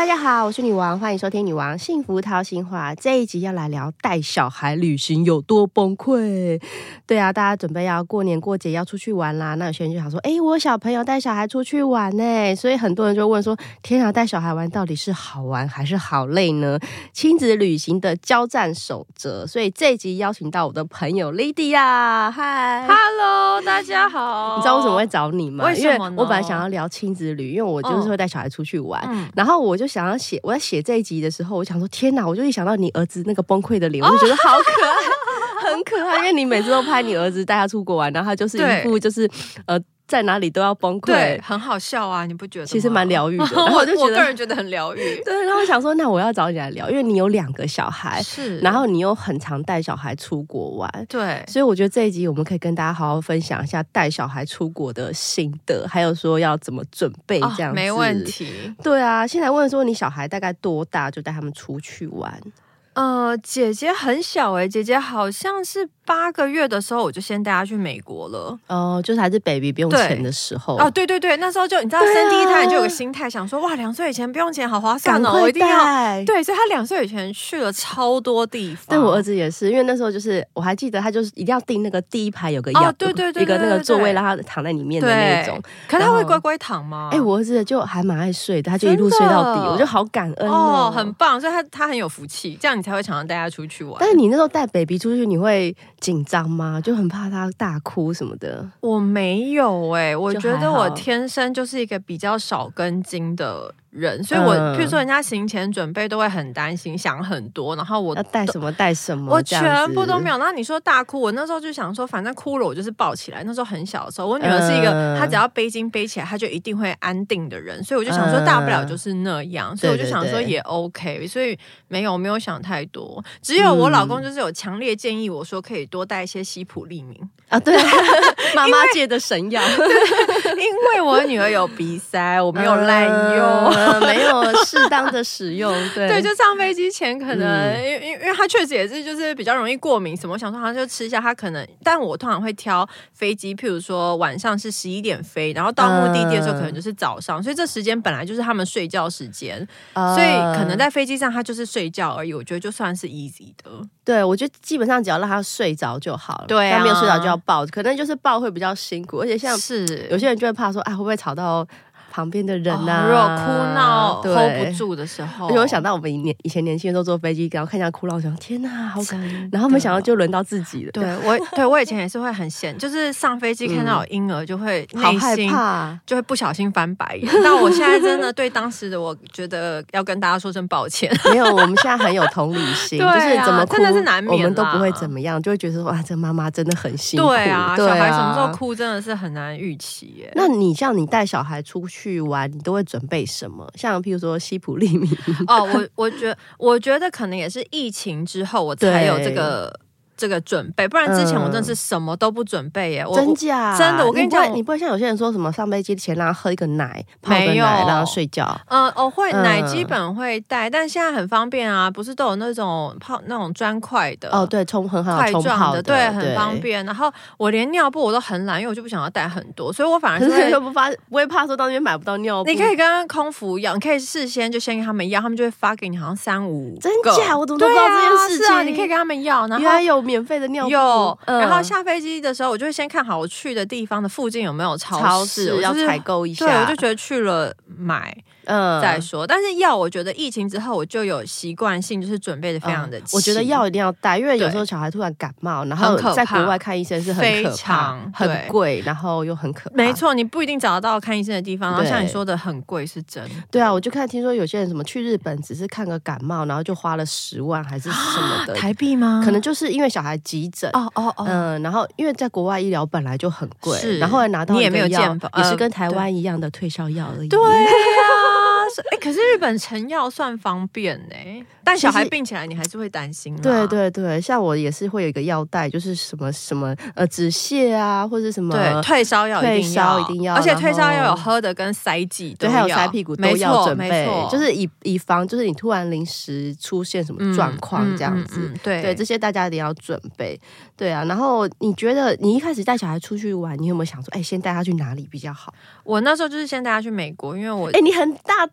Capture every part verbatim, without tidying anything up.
大家好，我是女王，欢迎收听女王幸福掏心话。这一集要来聊带小孩旅行有多崩溃。对啊，大家准备要过年过节要出去玩啦，那有些人就想说，哎，我有小朋友带小孩出去玩呢，所以很多人就问说，天啊，带小孩玩到底是好玩还是好累呢？亲子旅行的交战守则。所以这一集邀请到我的朋友 Lydia， 嗨 ，Hello， 大家好。 你知道为什么会找你吗？ 为什么呢？ 因为我本来想要聊亲子旅，因为我就是会带小孩出去玩， 嗯、 然后我就想要写，我在写这一集的时候，我想说天哪，我就一想到你儿子那个崩溃的脸，我就觉得好可爱，很可爱，因为你每次都拍你儿子带他出国玩，然后他就是一副就是呃在哪里都要崩溃， 对，很好笑啊，你不觉得吗？ 其实蛮疗愈的，然后我就觉得我个人觉得很疗愈。 对，然后我想说，那我要找你来聊，因为你有两个小孩， 是， 然后你又很常带小孩出国玩， 对， 所以我觉得这一集我们可以跟大家好好分享一下带小孩出国的心得，还有说要怎么准备这样子。哦， 没问题。 对啊，现在问说你小孩大概多大就带他们出去玩？ 呃，姐姐很小哎、欸，姐姐好像是八个月的时候我就先带她去美国了。 哦，就是还是 baby 不用钱的时候。 哦，对对对，那时候就你知道生第一胎就有个心态，想说哇，两岁以前不用钱，好划算哦，我一定要。对，所以他两岁以前去了超多地方。 对，我儿子也是，因为那时候就是我还记得他就是一定要订那个第一排有个药， 哦，对对 对, 对, 对, 对， 一个那个座位让他躺在里面的那种。 可是他会乖乖躺吗？ 哎，我儿子就还蛮爱睡的，他就一路睡到底，我就好感恩哦， 哦很棒，所以他他很有福气，这样你才会常常带他出去玩。 但是你那时候带 baby 出去，你会紧张吗？就很怕他大哭什么的。 我没有哎、欸，我觉得我天生就是一个比较少根筋的人，所以我、嗯、譬如说人家行前准备都会很担心，想很多，然后我要带什么带什么， 我全部都没有。然后你说大哭，我那时候就想说，反正哭了我就是抱起来。那时候很小的时候，我女儿是一个、嗯、她只要背巾背起来，她就一定会安定的人，所以我就想说大不了就是那样，嗯、所以我就想说也 OK， 对对对，所以没有没有想太多。只有我老公就是有强烈建议我说可以多带一些西普利明啊，对，妈妈界的神药， 因为我女儿有鼻塞，我没有滥用。 嗯没有适当的使用，对对，就上飞机前可能，嗯、因为因为他确实也是就是比较容易过敏什么，我想说好像就吃一下，他可能，但我通常会挑飞机，譬如说晚上是十一点飞，然后到目的地的时候可能就是早上，嗯、所以这时间本来就是他们睡觉时间，嗯、所以可能在飞机上他就是睡觉而已，我觉得就算是 easy 的。 对，我觉得基本上只要让他睡着就好了， 对啊， 他没有睡着就要抱，可能就是抱会比较辛苦，而且像是有些人就会怕说，啊会不会吵到旁边的人啊， 哦、如果哭闹 hold 不住的时候， 而且我想到我们以前年轻的时候坐飞机，然后看一下哭闹，我想天哪，好可怜，然后没想到就轮到自己了。 对我，对我以前也是会很闲，就是上飞机看到有婴儿就会好害怕， 就会不小心翻白眼。但我现在真的对当时的我觉得要跟大家说声抱歉。 没有，我们现在很有同理心， 对啊、 就是怎么哭真的是难免， 我们都不会怎么样，就会觉得说哇，这妈妈真的很辛苦。 对啊， 对啊， 小孩什么时候哭真的是很难预期耶。 那你像你带小孩出去玩，你都会准备什么？像譬如说西普利明哦，我我觉得我觉得可能也是疫情之后我才有这个这个准备，不然之前我真的是什么都不准备耶。 嗯、真假？ 真的，我跟你讲， 你不会像有些人说什么上飞机前让他喝一个奶，泡个奶让他睡觉。 嗯、呃，我会奶基本会带，但现在很方便啊，不是都有那种泡那种砖块的哦，对，冲很好块状的， 对，很方便。然后我连尿布我都很懒，因为我就不想要带很多，所以我反而是会不发不会怕说到那边买不到尿布。 你可以跟空服要，你可以事先就先跟他们要，他们就会发给你，好像三五真假？我怎么都不知道这件事情？ 是啊，你可以跟他们要，然后原来有免费的尿布。 有，嗯、然后下飞机的时候，我就会先看好我去的地方的附近有没有超市， 超市要采购一下。 对，我就觉得去了买。嗯，再说，但是药我觉得疫情之后我就有习惯性就是准备的非常的、嗯， 我觉得药一定要带，因为有时候小孩突然感冒，然后在国外看医生是很可怕，很贵，然后又很可怕。 没错，你不一定找得到看医生的地方，然后像你说的很贵是真的。 对啊，我就看听说有些人什么去日本只是看个感冒，然后就花了十万还是什么的台币吗？ 可能就是因为小孩急诊哦哦哦， 嗯，然后因为在国外医疗本来就很贵， 是， 然后后来拿到你也没有健保， 也是跟台湾一样的退烧药而已。 对呀。哎、欸，可是日本成药算方便呢、欸，但小孩病起来你还是会担心。 对对对，像我也是会有一个药袋，就是什么什么呃止泻啊，或者什么对退烧药一定要， 退烧一定要， 而且退烧药有喝的跟塞剂都要， 对，还有塞屁股都要准备， 没错， 就是以以防就是你突然临时出现什么状况这样子。嗯嗯嗯嗯、对对，这些大家一定要准备。对啊，然后你觉得你一开始带小孩出去玩，你有没有想说，哎、欸，先带他去哪里比较好？ 我那时候就是先带他去美国，因为我哎、欸，你很大胆。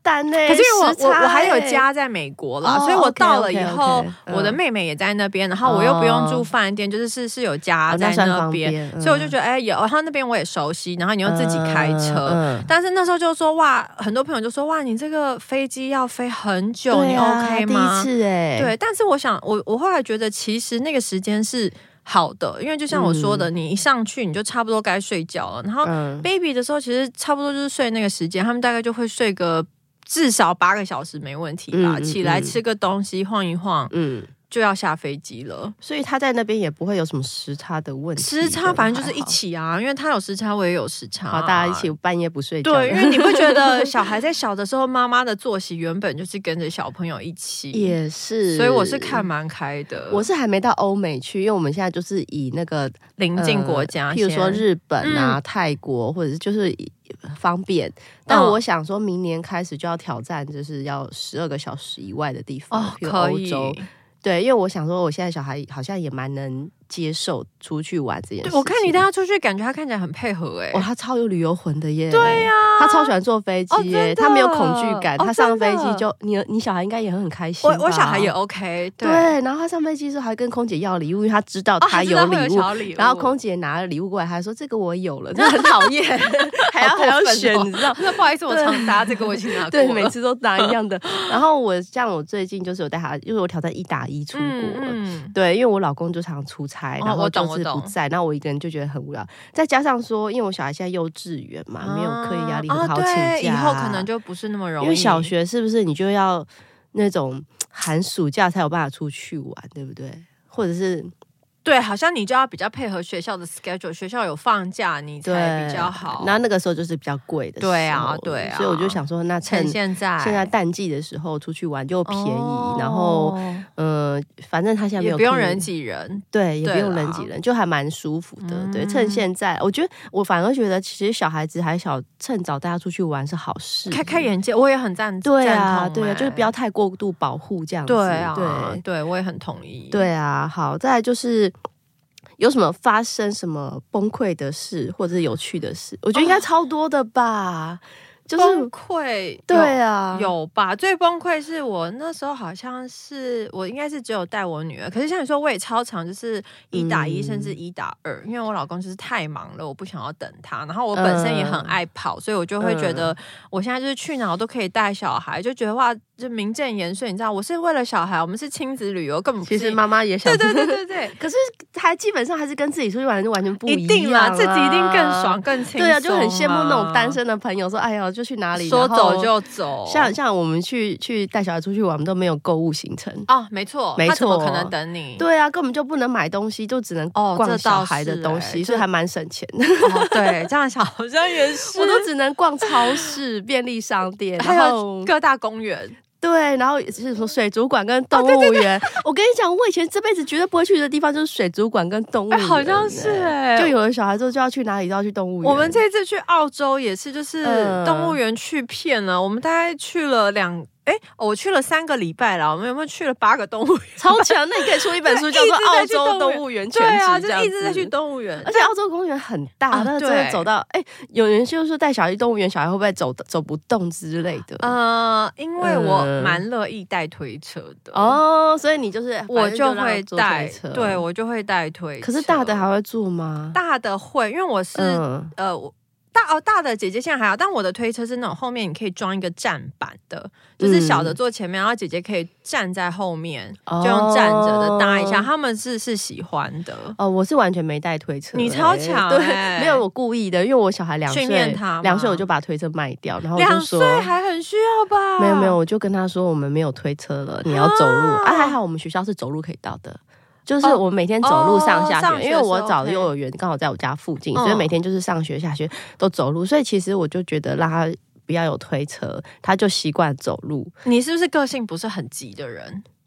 单呢。 可是因为我我我还有家。 家在美国啦， 哦所以我到了以后 okay, okay, okay, 我的妹妹也在那边，然后我又不用住饭店，就是是是有家在那边， 哦、 所以我就觉得哎、欸、有，然后那边我也熟悉，然后你又自己开车， 嗯嗯、 但是那时候就说哇，很多朋友就说哇，你这个飞机要飞很久， 啊、 你 OK 吗？ 第一次哎、欸， 对，但是我想我我后来觉得其实那个时间是好的，因为就像我说的，嗯、你一上去你就差不多该睡觉了，然后 baby 的时候其实差不多就是睡那个时间，他们大概就会睡个至少八个小时没问题吧，嗯、起来吃个东西晃一晃，嗯。就要下飞机了， 所以他在那边也不会有什么时差的问题。 时差反正就是一起啊，因为他有时差，我也有时差、啊， 好，大家一起半夜不睡觉。 对，因为你不觉得小孩在小的时候，妈妈的作息原本就是跟着小朋友一起， 也是， 所以我是看蛮开的。 我是还没到欧美去，因为我们现在就是以那个邻近国家、呃， 譬如说日本啊、嗯、泰国，或者是就是方便。但我想说明年开始就要挑战，就是要十二个小时以外的地方， 哦， 譬如欧洲。对，因为我想说，我现在小孩好像也蛮能接受出去玩这件事情。 我看你带他出去，感觉他看起来很配合哎、欸。 哦，他超有旅游魂的耶。 对呀、啊， 他超喜欢坐飞机耶、哦，他没有恐惧感。 哦、 他上飞机就你你小孩应该也很开心。 我我小孩也 OK 对。 对，然后他上飞机的时候还跟空姐要礼物，因为他知道他有礼物。 哦、礼物然后空姐拿了礼物过来，还说这个我有了，真的很讨厌，还要还要选，你知道？ 那不好意思，我常搭这个，我已经拿过对，每次都拿一样的。然后我像我最近就是有带他，因为我挑战一打一出国。嗯嗯、对，因为我老公就常出差，然后就是不在，然后我一个人就觉得很无聊。再加上说，因为我小孩现在幼稚园嘛，啊、没有课业压力，很好请假、啊。 以后可能就不是那么容易。 因为小学是不是你就要那种寒暑假才有办法出去玩，对不对？或者是。 对，好像你就要比较配合学校的 schedule， 学校有放假你才比较好。 然后那个时候就是比较贵的时候， 对啊，对啊。 所以我就想说，那趁现在现在淡季的时候出去玩就便宜，哦、然后呃，反正他现在没有也不用人挤人， 对，也不用人挤人，就还蛮舒服的。嗯、对，趁现在，我觉得我反而觉得，其实小孩子还小，趁早带他出去玩是好事， 开开眼界。我也很赞， 对啊， 欸、 对啊，就是不要太过度保护这样子。 对啊， 对， 对我也很同意。 对啊，好，再来就是。有什么发生什么崩溃的事，或者是有趣的事？我觉得应该超多的吧。哦、就是崩溃， 对啊， 有吧？最崩溃是我那时候好像是我应该是只有带我女儿，可是像你说我也超常，就是一打一、嗯、甚至一打二，因为我老公就是太忙了，我不想要等他。然后我本身也很爱跑，嗯、所以我就会觉得我现在就是去哪我都可以带小孩，就觉得哇。就名正言顺，你知道，我是为了小孩，我们是亲子旅游，根本不是。 其实妈妈也想， 对对对对对。 可是还基本上还是跟自己出去玩就完全不一样、啊， 一定啦，自己一定更爽更轻松、啊。 对啊，就很羡慕那种单身的朋友说，哎呀，就去哪里， 说走就走。 像像我们去去带小孩出去玩，我们都没有购物行程哦，没错， 没错， 他怎么可能等你？ 对啊，根本就不能买东西，就只能逛小孩的东西，哦欸、所以还蛮省钱的。 哦、对，这样想好像也是， 我都只能逛超市、便利商店， 还有各大公园。 对，然后是说水族馆跟动物园、哦对对对。我跟你讲，我以前这辈子绝对不会去的地方就是水族馆跟动物园、欸， 好像是哎、欸。 就有了小孩之后就要去哪里都要去动物园。 我们这次去澳洲也是，就是动物园去遍了、嗯。我们大概去了两。哎、哦，我去了三个礼拜了，我们有没有去了八个动物园？ 超强！那你可以出一本书，叫做《澳洲动物园全集》。 对啊，就一直在去动物园， 而且澳洲公园很大，那、啊、真的走到哎，有人就是说带小孩去动物园，小孩会不会走走不动之类的？ 呃，因为我蛮乐意带推车的、 嗯、哦，所以你就是我就会带推车， 对我就会带推车。 可是大的还会坐吗？ 大的会，因为我是、嗯、呃我。大哦，大的姐姐现在还好，但我的推车是那种后面你可以装一个站板的，就是小的坐前面，然后姐姐可以站在后面，嗯、就用站着的搭一下。他们是是喜欢的哦，我是完全没带推车、欸， 你超强、欸， 对，没有我故意的，因为我小孩两岁， 训练他两岁我就把推车卖掉，然后我就说两岁还很需要吧？ 没有没有，我就跟他说我们没有推车了，你要走路啊，啊还好我们学校是走路可以到的。就是我每天走路上下学，哦哦、因为我找的幼儿园刚好在我家附近，嗯、所以每天就是上学下学都走路。所以其实我就觉得让他不要有推车，他就习惯走路。 你是不是个性不是很急的人？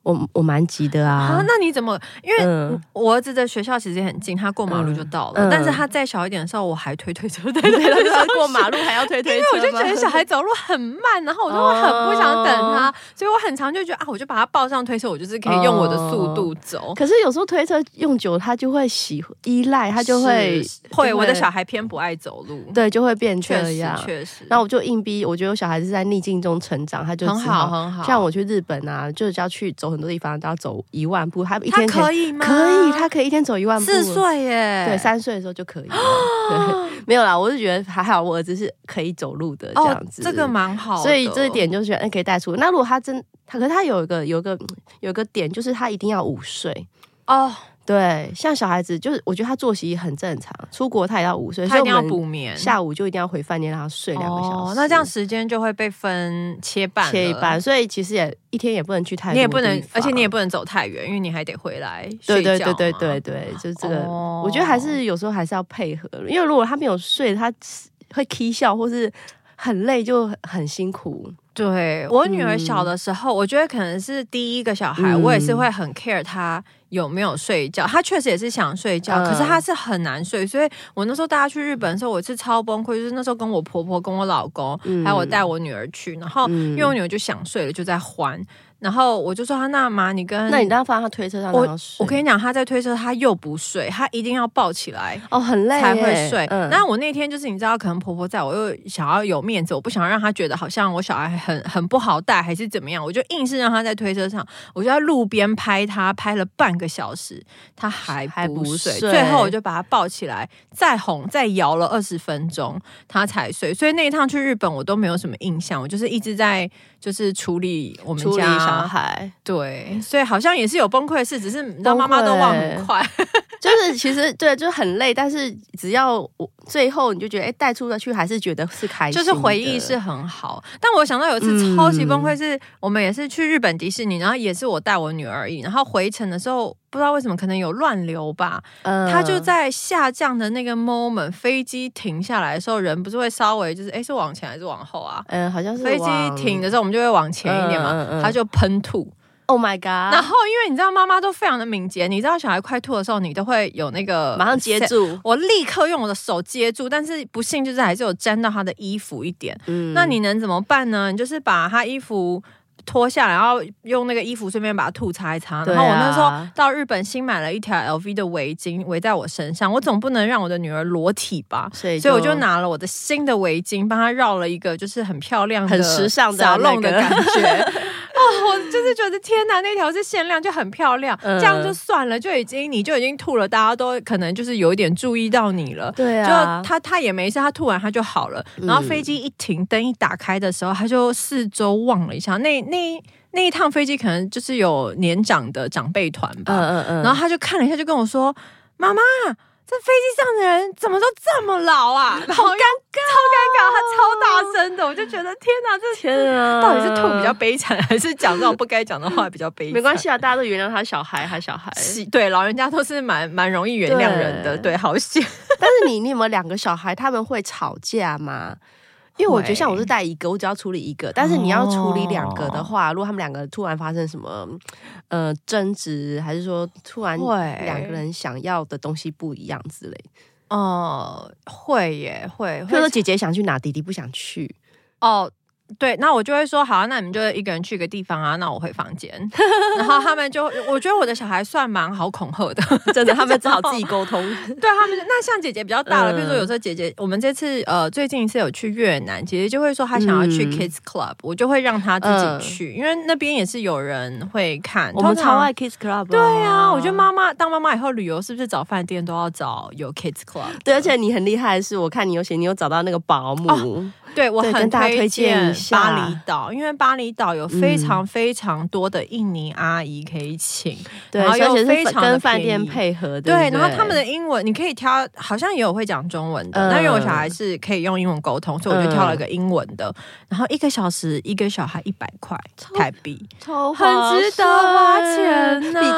我我蛮急的啊。 啊，那你怎么？因为我儿子的学校其实也很近，他过马路就到了。嗯嗯、但是他再小一点的时候，我还推推车，对对对， 他过马路还要推推车， 因为我就觉得小孩走路很慢，然后我就会很不想等他，哦、所以我很常就觉得啊，我就把他抱上推车，我就是可以用我的速度走。 哦、可是有时候推车用久，他就会喜依赖，他就会会。我的小孩偏不爱走路， 对，就会变这样。 确实， 然后我就硬逼，我觉得我小孩子在逆境中成长，他就很好很好。 像我去日本啊，就是要去走很多地方都要走一万步，他一天他可以吗？ 可以，他可以一天走一万步。 四岁耶， 对，三岁的时候就可以了。对，没有啦，我是觉得还好，我儿子是可以走路的这样子， 哦、这个蛮好的。 所以这一点就觉得哎、欸、可以带出。那如果他真，他可是他有一个有一个有一个点，就是他一定要午睡哦。 对，像小孩子就是，我觉得他作息很正常，出国他也要午睡， 他一定要补眠， 下午就一定要回饭店让他睡两个小时。哦， 那这样时间就会被分切半， 切一半，所以其实也一天也不能去太多， 你也不能，而且你也不能走太远，因为你还得回来睡觉。 对对对对对对，就是这个，哦、我觉得还是有时候还是要配合，因为如果他没有睡，他会起笑或是很累，就很辛苦。 对，我女儿小的时候，嗯、我觉得可能是第一个小孩，嗯、我也是会很 care 她有没有睡觉。她确实也是想睡觉，嗯、可是她是很难睡，所以我那时候带她去日本的时候，我是超崩溃。就是那时候跟我婆婆、跟我老公，嗯、还有我带我女儿去，然后因为我女儿就想睡了，就在欢。然后我就说他那妈，你跟那你当放在他推车上让他睡。 我我跟你讲，他在推车，他又不睡，他一定要抱起来哦，很累才会睡。嗯、那我那天就是你知道，可能婆婆在，我又想要有面子，我不想让他觉得好像我小孩很很不好带，还是怎么样，我就硬是让他在推车上，我就在路边拍他，拍了半个小时，他还不睡。不睡最后我就把他抱起来，再哄再摇了二十分钟，他才睡。所以那一趟去日本，我都没有什么印象，我就是一直在就是处理我们家小孩。 对，所以好像也是有崩溃的事，只是你知道妈妈都忘很快， 就是其实对，就很累，但是只要我最后你就觉得哎带出了去，还是觉得是开心的， 就是回忆是很好。但我想到有一次超级崩溃是，是、嗯、我们也是去日本迪士尼，然后也是我带我女儿而已，然后回程的时候不知道为什么可能有乱流吧，嗯、他就在下降的那个 moment， 飞机停下来的时候，人不是会稍微就是哎是往前还是往后啊？ 嗯，好像是飞机停的时候我们就会往前一点嘛，嗯嗯嗯、他就喷吐。 Oh my god！ 然后因为你知道妈妈都非常的敏捷，你知道小孩快吐的时候，你都会有那个马上接住。 我立刻用我的手接住，但是不幸就是还是有沾到他的衣服一点。嗯，那你能怎么办呢？你就是把他衣服脱下来，然后用那个衣服顺便把吐擦一擦。啊、然后我那时候到日本新买了一条 L V 的围巾围在我身上，我总不能让我的女儿裸体吧，所以, 所以我就拿了我的新的围巾，帮她绕了一个就是很漂亮的、 很时尚的、 撒弄的感觉。哦，我就是觉得天哪，那条是限量，就很漂亮。嗯、这样就算了，就已经你就已经吐了，大家都可能就是有一点注意到你了。 对啊， 就他他也没事，他吐完他就好了。然后飞机一停，灯一打开的时候，他就四周望了一下，那那。那一趟飞机可能就是有年长的长辈团吧，嗯嗯嗯，然后他就看了一下，就跟我说：“妈妈，这飞机上的人怎么都这么老啊？”好尴尬，超尴尬，他超大声的，我就觉得天哪，这天啊， 到底是吐比较悲惨，还是讲这种不该讲的话比较悲惨？ 没关系啊，大家都原谅他小孩，他小孩， 对，老人家都是蛮蛮容易原谅人的，对，好险。 但是你你有没有两个小孩，他们会吵架吗？因为我觉得像我是带一个，我只要处理一个，但是你要处理两个的话，如果他们两个突然发生什么呃争执，还是说突然两个人想要的东西不一样之类， 哦、呃，会耶，会， 比如说姐姐想去哪，弟弟不想去， 哦。对，那我就会说好、啊，那你们就一个人去一个地方啊，那我回房间。然后他们就，我觉得我的小孩算蛮好恐吓的， 真的，他们只好自己沟通。 对他们就，那像姐姐比较大了，比如说有时候姐姐，我们这次呃最近一次有去越南，姐姐就会说她想要去 Kids Club，、嗯、我就会让她自己去，嗯、因为那边也是有人会看。 我们超爱 Kids Club、啊。 对啊，我觉得妈妈当妈妈以后旅游是不是找饭店都要找有 Kids Club？ 对，而且你很厉害的是，我看你有写，你有找到那个保姆。哦对，我很推荐巴厘岛， 因为巴厘岛有非常非常多的印尼阿姨可以请， 对、 然后又非常的跟饭店配合，对, 对，然后他们的英文你可以挑，好像也有会讲中文的，嗯、但因为我小孩是可以用英文沟通，所以我就挑了个英文的，嗯、然后一个小时一个小孩一百块台币， 超很值得花钱、啊， 比台湾找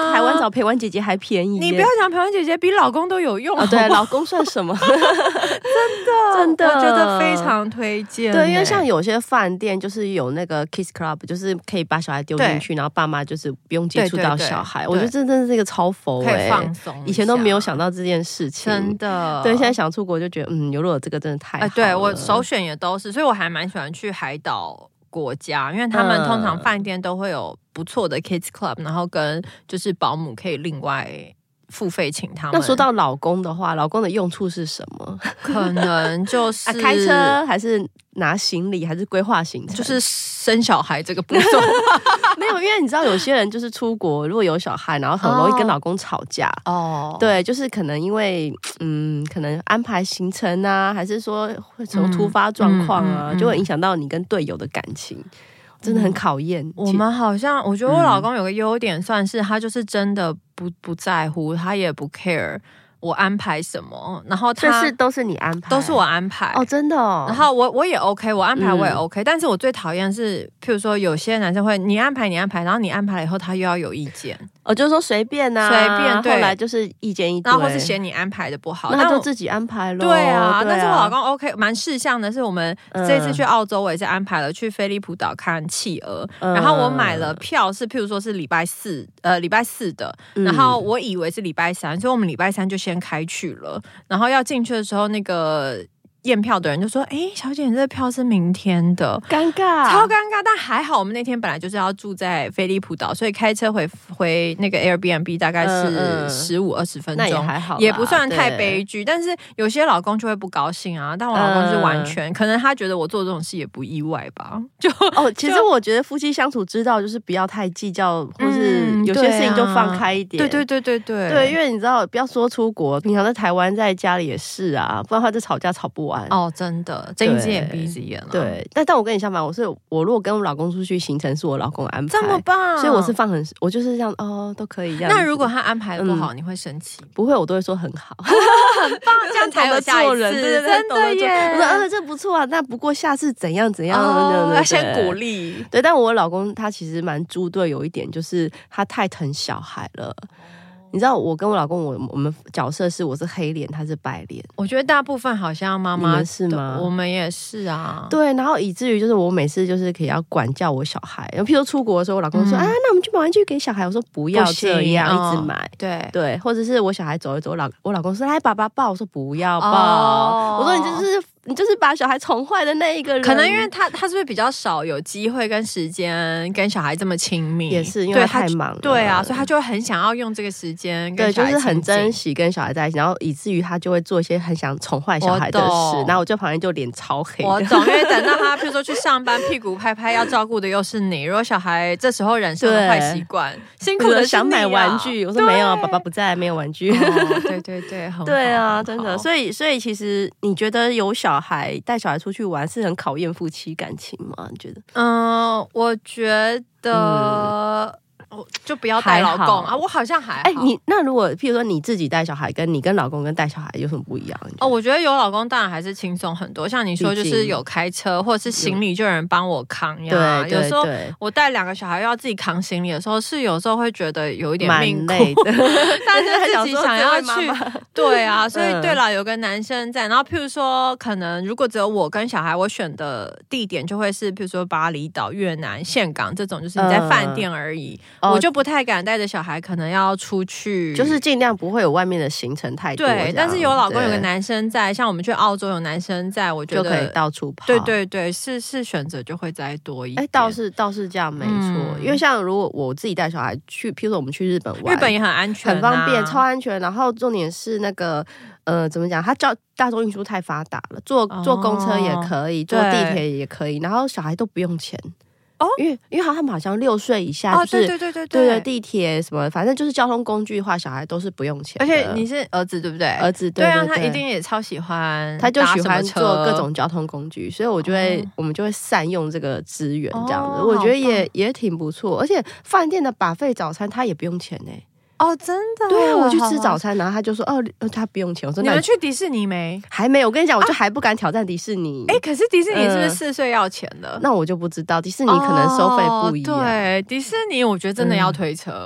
找陪玩姐姐还便宜耶。 你不要讲陪玩姐姐，比老公都有用。 哦，对，老公算什么？真的， 真的， 我觉得非常推荐。 对，因为像有些饭店就是有那个 Kids Club， 就是可以把小孩丢进去，然后爸妈就是不用接触到小孩。我觉得这真的是一个超佛哎、欸， 可以放松。 以前都没有想到这件事情， 真的。 对，现在想出国就觉得，嗯，如果这个真的太好了。 呃、对我首选也都是，所以我还蛮喜欢去海岛国家，因为他们通常饭店都会有不错的 Kids Club， 然后跟就是保姆可以另外付费请他们。 那说到老公的话，老公的用处是什么？ 可能就是、 啊、开车，还是拿行李，还是规划行程？ 就是生小孩这个步骤。 没有，因为你知道有些人就是出国，如果有小孩，然后很容易跟老公吵架。哦，对，就是可能因为嗯，可能安排行程啊，还是说会什么突发状况啊，嗯嗯嗯、就会影响到你跟队友的感情。真的很考验、嗯。 我们好像，我觉得我老公有个优点，算是他就是真的不不在乎，他也不 care。我安排什么，然后他这是都是你安排， 都是我安排哦，真的哦。 然后我我也 OK， 我安排我也 OK，、嗯、但是我最讨厌是，譬如说有些男生会你安排你安排，然后你安排了以后他又要有意见， 哦，就是说随便啊， 随便，对， 后来就是意见一堆， 然后或是嫌你安排的不好， 那他就自己安排咯。 对啊，对啊，但是我老公 OK， 蛮识相的，是我们这次去澳洲，我也是安排了去菲利普岛看企鹅、嗯，然后我买了票是譬如说是礼拜四，呃，礼拜四的，然后我以为是礼拜三，所以我们礼拜三就先开去了。然后要进去的时候，那个验票的人就说：“哎，小姐，你这个票是明天的。” 尴尬， 超尴尬。但还好，我们那天本来就是要住在菲利普岛，所以开车回回那个 Airbnb 大概是十五二十分钟， 那也还好， 也不算太悲剧。但是有些老公就会不高兴啊，但我老公是完全、嗯、可能他觉得我做这种事也不意外吧。就哦，其实我觉得夫妻相处之道就是不要太计较，或是有些事情就放开一点。 对、嗯、对对对对对，因为你知道，不要说出国，平常在台湾在家里也是啊，不然他就吵架吵不完。 哦，真的，睁一只眼闭一只眼了。 对，但但我跟你相反，我是我如果跟我老公出去，行程是我老公安排， 这么棒， 所以我是放很，我就是这样哦，都可以这样。 那如果他安排的不好、嗯，你会生气？ 不会，我都会说很好， 哦、很棒，这样才有下一次。对对对， 真的耶！我说呃，这不错啊，那不过下次怎样怎样， 哦、要先鼓励。 对，但我老公他其实蛮猪队，有一点就是他太疼小孩了。你知道我跟我老公，我我们角色是我是黑脸，他是白脸。 我觉得大部分好像妈妈是吗？ 我们也是啊。 对，然后以至于就是我每次就是可以要管教我小孩，然后譬如出国的时候，我老公说、嗯、啊，那我们去买玩具给小孩，我说不要这样一直买， 哦、对对，或者是我小孩走一走，我老我老公说来爸爸抱，我说不要抱，哦、我说你就是。你就是把小孩宠坏的那一个人， 可能因为他他是不是比较少有机会跟时间跟小孩这么亲密， 也是因为他太忙了， 对啊，所以他就会很想要用这个时间跟小孩亲近， 对，就是很珍惜跟小孩在一起，然后以至于他就会做一些很想宠坏小孩的事，然后我就旁边就脸超黑。 我懂，因为等到他譬如说去上班，屁股拍拍要照顾的又是你，如果小孩这时候染上了坏习惯，辛苦的是你啊， 想买玩具，我说没有，爸爸不在，没有玩具。 哦、对对对，很好对啊，真的，所以所以其实你觉得有小孩带小孩出去玩是很考验夫妻感情吗？你觉得？ 嗯，我觉得。嗯就不要带老公啊！我好像还好。 哎、欸，你那如果譬如说你自己带小孩，跟你跟老公跟带小孩有什么不一样？ 哦，我觉得有老公当然还是轻松很多。像你说，就是有开车或者是行李就有人帮我扛呀。 对， 有时候我带两个小孩要自己扛行李的时候，是有时候会觉得有一点命苦的， 但是自己想要去。对啊，所以对了，有个男生在。然后譬如说，可能如果只有我跟小孩，我选的地点就会是譬如说巴厘岛、越南、岘港这种，就是你在饭店而已。嗯我就不太敢带着小孩，可能要出去， 就是尽量不会有外面的行程太多。 对，但是有老公有个男生在，像我们去澳洲有男生在，我觉得就可以到处跑。 对对对，是是选择就会再多一点。 哎，倒是倒是这样没错、嗯，因为像如果我自己带小孩去，譬如说我们去日本玩， 日本也很安全、啊， 很方便，超安全。然后重点是那个。呃，怎么讲？它叫大众运输太发达了，坐坐公车也可以，坐地铁也可以，然后小孩都不用钱。哦，因为因为他们好像六岁以下，就是、 哦、对对对对对对地铁什么，反正就是交通工具的话，小孩都是不用钱的。 而且你是儿子对不对？ 儿子 对, 对, 对, 对啊，他一定也超喜欢， 他就喜欢坐各种交通工具，所以我就会、哦、我们就会善用这个资源，这样子，哦、我觉得也也挺不错。而且饭店的buffet早餐他也不用钱呢、欸。 哦，真的？ 对啊，我去吃早餐，然后他就说，哦，他不用钱。我说， 你们去迪士尼没？ 还没有。我跟你讲，我就还不敢挑战迪士尼。 哎、啊，可是迪士尼是不是四岁要钱的、呃？ 那我就不知道，迪士尼可能收费不一样。 哦、对，迪士尼我觉得真的要推车。嗯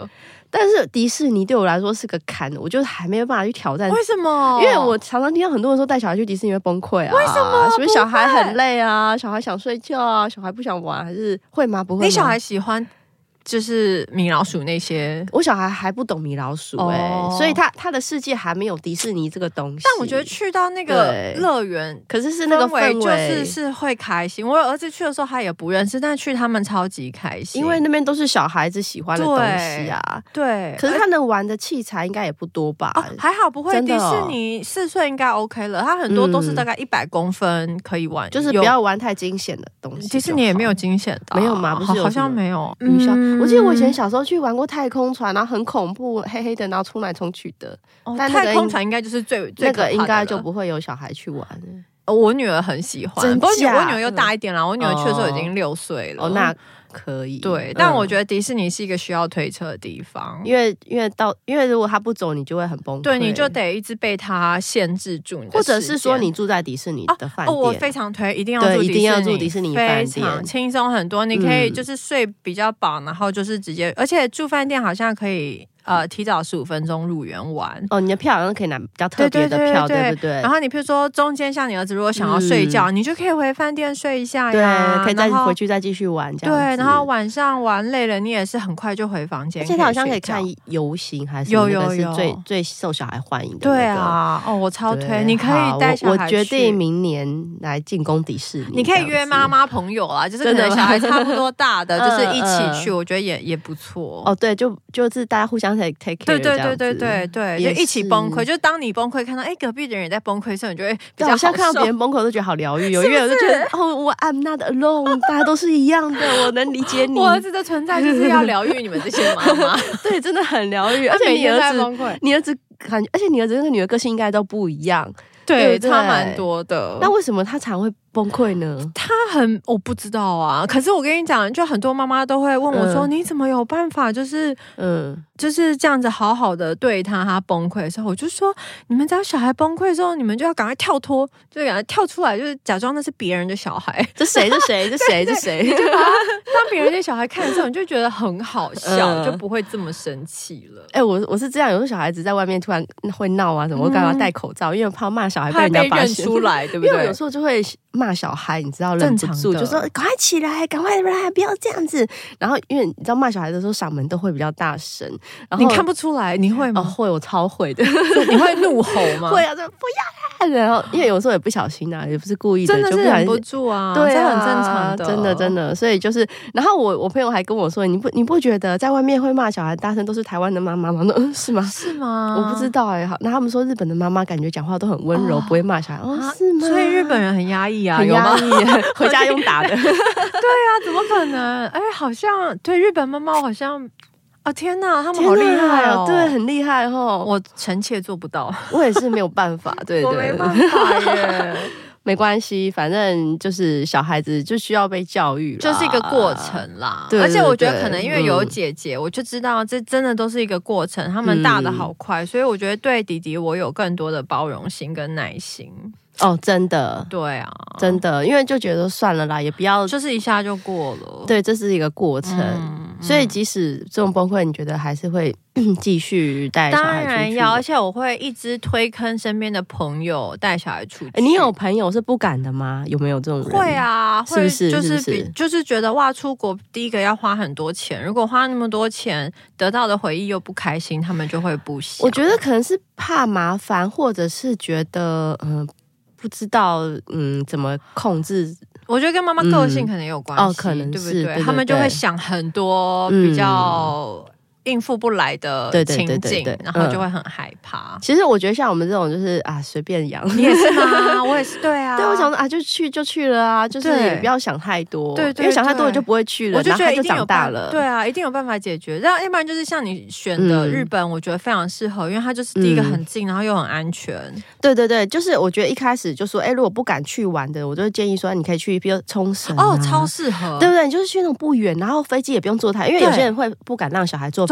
但是迪士尼对我来说是个坎，我就还没有办法去挑战。 为什么？ 因为我常常听到很多人说带小孩去迪士尼会崩溃啊。 为什么？ 是不是小孩很累啊？小孩想睡觉啊？小孩不想玩，还是会吗？不会吗？ 你小孩喜欢就是米老鼠那些？ 我小孩还不懂米老鼠哎、欸，oh. 所以他他的世界还没有迪士尼这个东西。 但我觉得去到那个乐园， 可是是那个氛围， 就是是会开心。我儿子去的时候他也不认识，但去他们超级开心， 因为那边都是小孩子喜欢的东西啊。 对， 可是他能玩的器材应该也不多吧？ 哦、还好不会。 哦、 迪士尼四岁应该 OK 了，他很多都是大概一百公分可以玩、嗯， 就是不要玩太惊险的东西。 迪士尼也没有惊险的、啊， 没有吗？不是有好像没有。 嗯，我记得我以前小时候去玩过太空船，然后很恐怖，黑黑的，然后冲来冲去的。 哦、但太空船应该就是最最那个应该就不会有小孩去玩。 哦、我女儿很喜欢， 真不过我女儿又大一点啦，我女儿去的时候已经六岁了。 哦，那可以。 对，但我觉得迪士尼是一个需要推车的地方， 因为因为到因为如果他不走，你就会很崩溃。 对，你就得一直被他限制住你的， 或者是说你住在迪士尼的饭店。 哦，我非常推，一定要住迪士尼， 一定要住迪士尼饭店， 非常轻松很多。你可以就是睡比较饱，然后就是直接，而且住饭店好像可以。呃，提早十五分钟入园玩哦，你的票好像可以拿比较特别的票， 对, 对, 对, 对不对？ 然后你譬如说中间像你儿子如果想要睡觉，嗯、你就可以回饭店睡一下呀，对，可以再回去再继续玩这样子。 对，然后晚上玩累了，你也是很快就回房间。 而且他好像可以看游行，还是有有有，是最最受小孩欢迎的、那個。 对啊，哦，我超推，你可以带小孩去。 我决定明年来进攻迪士尼。 你可以约妈妈朋友啦，就是可能小孩差不多大的，就是一起去，我觉得也也不错。 哦，对，就就是大家互相 take take care。 对对。对对对对，就一起崩溃。就当你崩溃，看到哎隔壁的人也在崩溃的时候，你就会比较好受。 像看到别人崩溃，我都觉得好疗愈。有因为我就觉得哦，我 I'm not alone， 大家都是一样的，我能理解你。 我儿子的存在就是要疗愈你们这些妈妈。 对，真的很疗愈。而且你儿子，你儿子感觉，而且你儿子跟女儿个性应该都不一样。 对，差蛮多的。 那为什么他常会崩溃呢？ 他很，我不知道啊。可是我跟你讲，就很多妈妈都会问我说：“嗯、你怎么有办法？就是嗯，就是这样子好好的对他，他崩溃的时候，我就说，你们只要小孩崩溃的时候，你们就要赶快跳脱，就赶快跳出来，就是假装那是别人的小孩。 这谁？这谁？这谁？这谁？ 你就把他当别人的小孩看的时候，你就觉得很好笑，嗯、就不会这么生气了。 哎、欸，我我是这样，有时候小孩子在外面突然会闹啊什么，我干嘛戴口罩，因为怕骂小孩被人家发现出来，对不对？ 因为有时候就会骂小孩，你知道，忍不住就说赶快起来，赶快来，不要这样子。然后因为你知道骂小孩的时候嗓门都会比较大声，然后你看不出来，你会吗？ 哦、会，我超会的。 你会怒吼吗？ 会啊，就不要啦。然后因为有时候也不小心啊，也不是故意的， 真的是忍不住啊， 对啊， 这很正常的， 真的真的。所以就是，然后我我朋友还跟我说，你不你不觉得在外面会骂小孩大声都是台湾的妈妈吗？嗯，是吗？ 是吗？ 我不知道哎、欸。那他们说日本的妈妈感觉讲话都很温柔，哦、不会骂小孩。哦，是吗？ 所以日本人很压抑啊， 很压抑，回家用打的。对啊，怎么可能？哎，好像对日本妈妈好像。哦天哪，他们好厉害哦！ 对，很厉害哦。 我臣妾做不到， 我也是没有办法。对对， 我没办法耶。 没关系，反正就是小孩子就需要被教育啦， 就是一个过程啦。 对对对， 而且我觉得可能因为有姐姐，嗯、我就知道这真的都是一个过程，他们大的好快，嗯、所以我觉得对弟弟我有更多的包容心跟耐心。 哦，真的， 对啊， 真的，因为就觉得算了啦，也不要， 就是一下就过了。 对，这是一个过程，嗯、所以即使这种崩溃，你觉得还是会继续带小孩出去？当然要，而且我会一直推坑身边的朋友带小孩出去。 欸、你有朋友是不敢的吗？有没有这种人？ 会啊，会， 是不是？ 就是是是就是觉得哇，出国第一个要花很多钱，如果花那么多钱，得到的回忆又不开心，他们就会不想。 我觉得可能是怕麻烦，或者是觉得嗯。呃不知道嗯怎么控制， 我觉得跟妈妈个性可能有关系、嗯、哦，可能是对不对？对对对，他们就会想很多比较应付不来的情景，对对对对对，然后就会很害怕、嗯。 其实我觉得像我们这种就是啊随便养， 你也是吗？我也是，对啊， 对，我想说啊就去就去了啊，就是也不要想太多，对 对, 对，因为想太多你就不会去了， 我就觉得就长大了， 对啊，一定有办法解决。然后要不然就是像你选的日本，嗯、我觉得非常适合，因为它就是第一个很近，嗯、然后又很安全。对对对，就是我觉得一开始就说，哎，如果不敢去玩的，我就建议说你可以去，比如冲绳、啊、 哦，超适合， 对不对？你就是去那种不远，然后飞机也不用坐太，因为有些人会不敢让小孩坐飞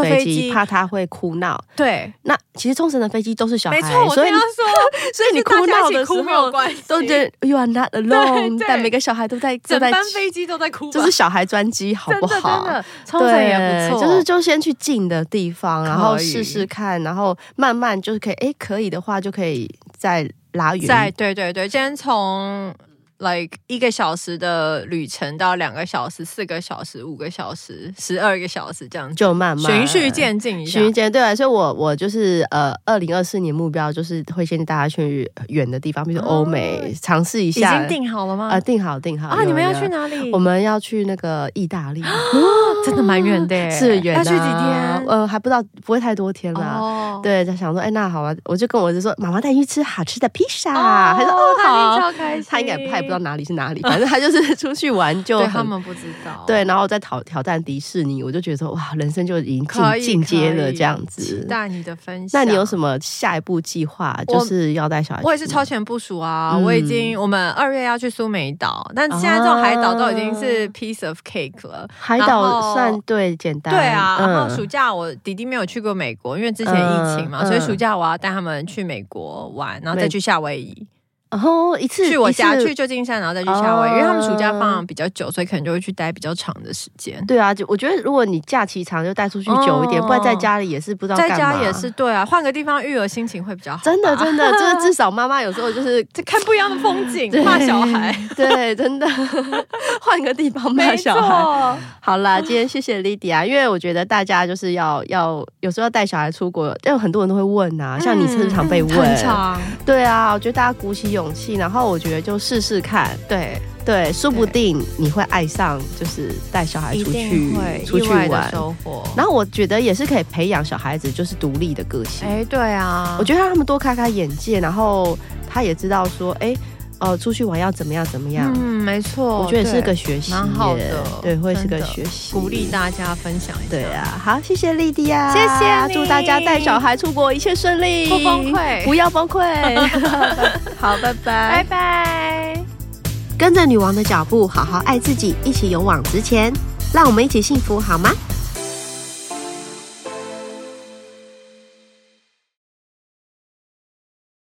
飞机，怕他会哭闹。 对， 那其实冲绳的飞机都是小孩， 没错，我这样说， 所以你哭闹的时候都觉得 you are not alone， 但每个小孩都在整班飞机都在哭， 这是小孩专机，好不好？ 真的，冲绳也不错， 就是就先去近的地方，然后试试看，然后慢慢就是可以，哎，可以的话就可以再拉远。 再对对对，今天从like 一个小时的旅程到两个小时、四个小时、五个小时、十二个小时这样子， 就慢慢循序渐进一下。 循序渐进，对，所以我我就是呃，二零二四年目标就是会先带大家去远的地方，比如说欧美，尝试一下。 已经定好了吗？ 呃，定好定好啊！你们要去哪里？ 我们要去那个意大利， 真的蛮远的， 是远。 要去几天？ 呃，还不知道，不会太多天啦。 哦， 对，就想说，哎，那好啊，我就跟我儿子说，妈妈带你去吃好吃的披萨。他说哦好， 超开心。 他应该他也不知道哪里是哪里。反正他就是出去玩就对他们不知道， 对，然后再挑挑战迪士尼，我就觉得说哇，人生就已经进进阶了这样子。 期待你的分享。 那你有什么下一步计划？就是要带小孩去？ 我也是超前部署啊！嗯、我已经我们二月要去苏梅岛，但现在这种海岛都已经是 piece of cake 了。 海岛算对简单， 对啊。嗯、然后暑假我弟弟没有去过美国，因为之前疫情嘛，嗯、所以暑假我要带他们去美国玩，然后再去夏威夷。 然后一次去我家去旧金山，然后再去夏威夷，因为他们暑假放比较久，所以可能就会去待比较长的时间。 对啊，就我觉得如果你假期长，就带出去久一点，哦、不然在家里也是不知道干嘛。 在家也是对啊，换个地方育儿心情会比较好。 真的真的，就是至少妈妈有时候就是看不一样的风景，骂小孩。 对，真的换个地方骂小孩。好啦，今天谢谢 Lydia， 因为我觉得大家就是要要有时候要带小孩出国，因为很多人都会问啊，像你是常被问， 很常。 对啊，我觉得大家鼓起勇气，然后我觉得就试试看， 对对，说不定你会爱上，就是带小孩出去出去玩， 收获。 然后我觉得也是可以培养小孩子就是独立的个性。 哎，对啊， 我觉得让他们多开开眼界，然后他也知道说，哎。呃，出去玩要怎么样怎么样？ 嗯，没错， 我觉得也是个学习， 蛮好的， 对，会是个学习， 鼓励大家分享一下。 对啊，好，谢谢莉迪亚， 谢谢你， 祝大家带小孩出国一切顺利， 不崩溃， 不要崩溃。好，拜拜， 拜拜。 跟着女王的脚步，好好爱自己，一起勇往直前，让我们一起幸福好吗？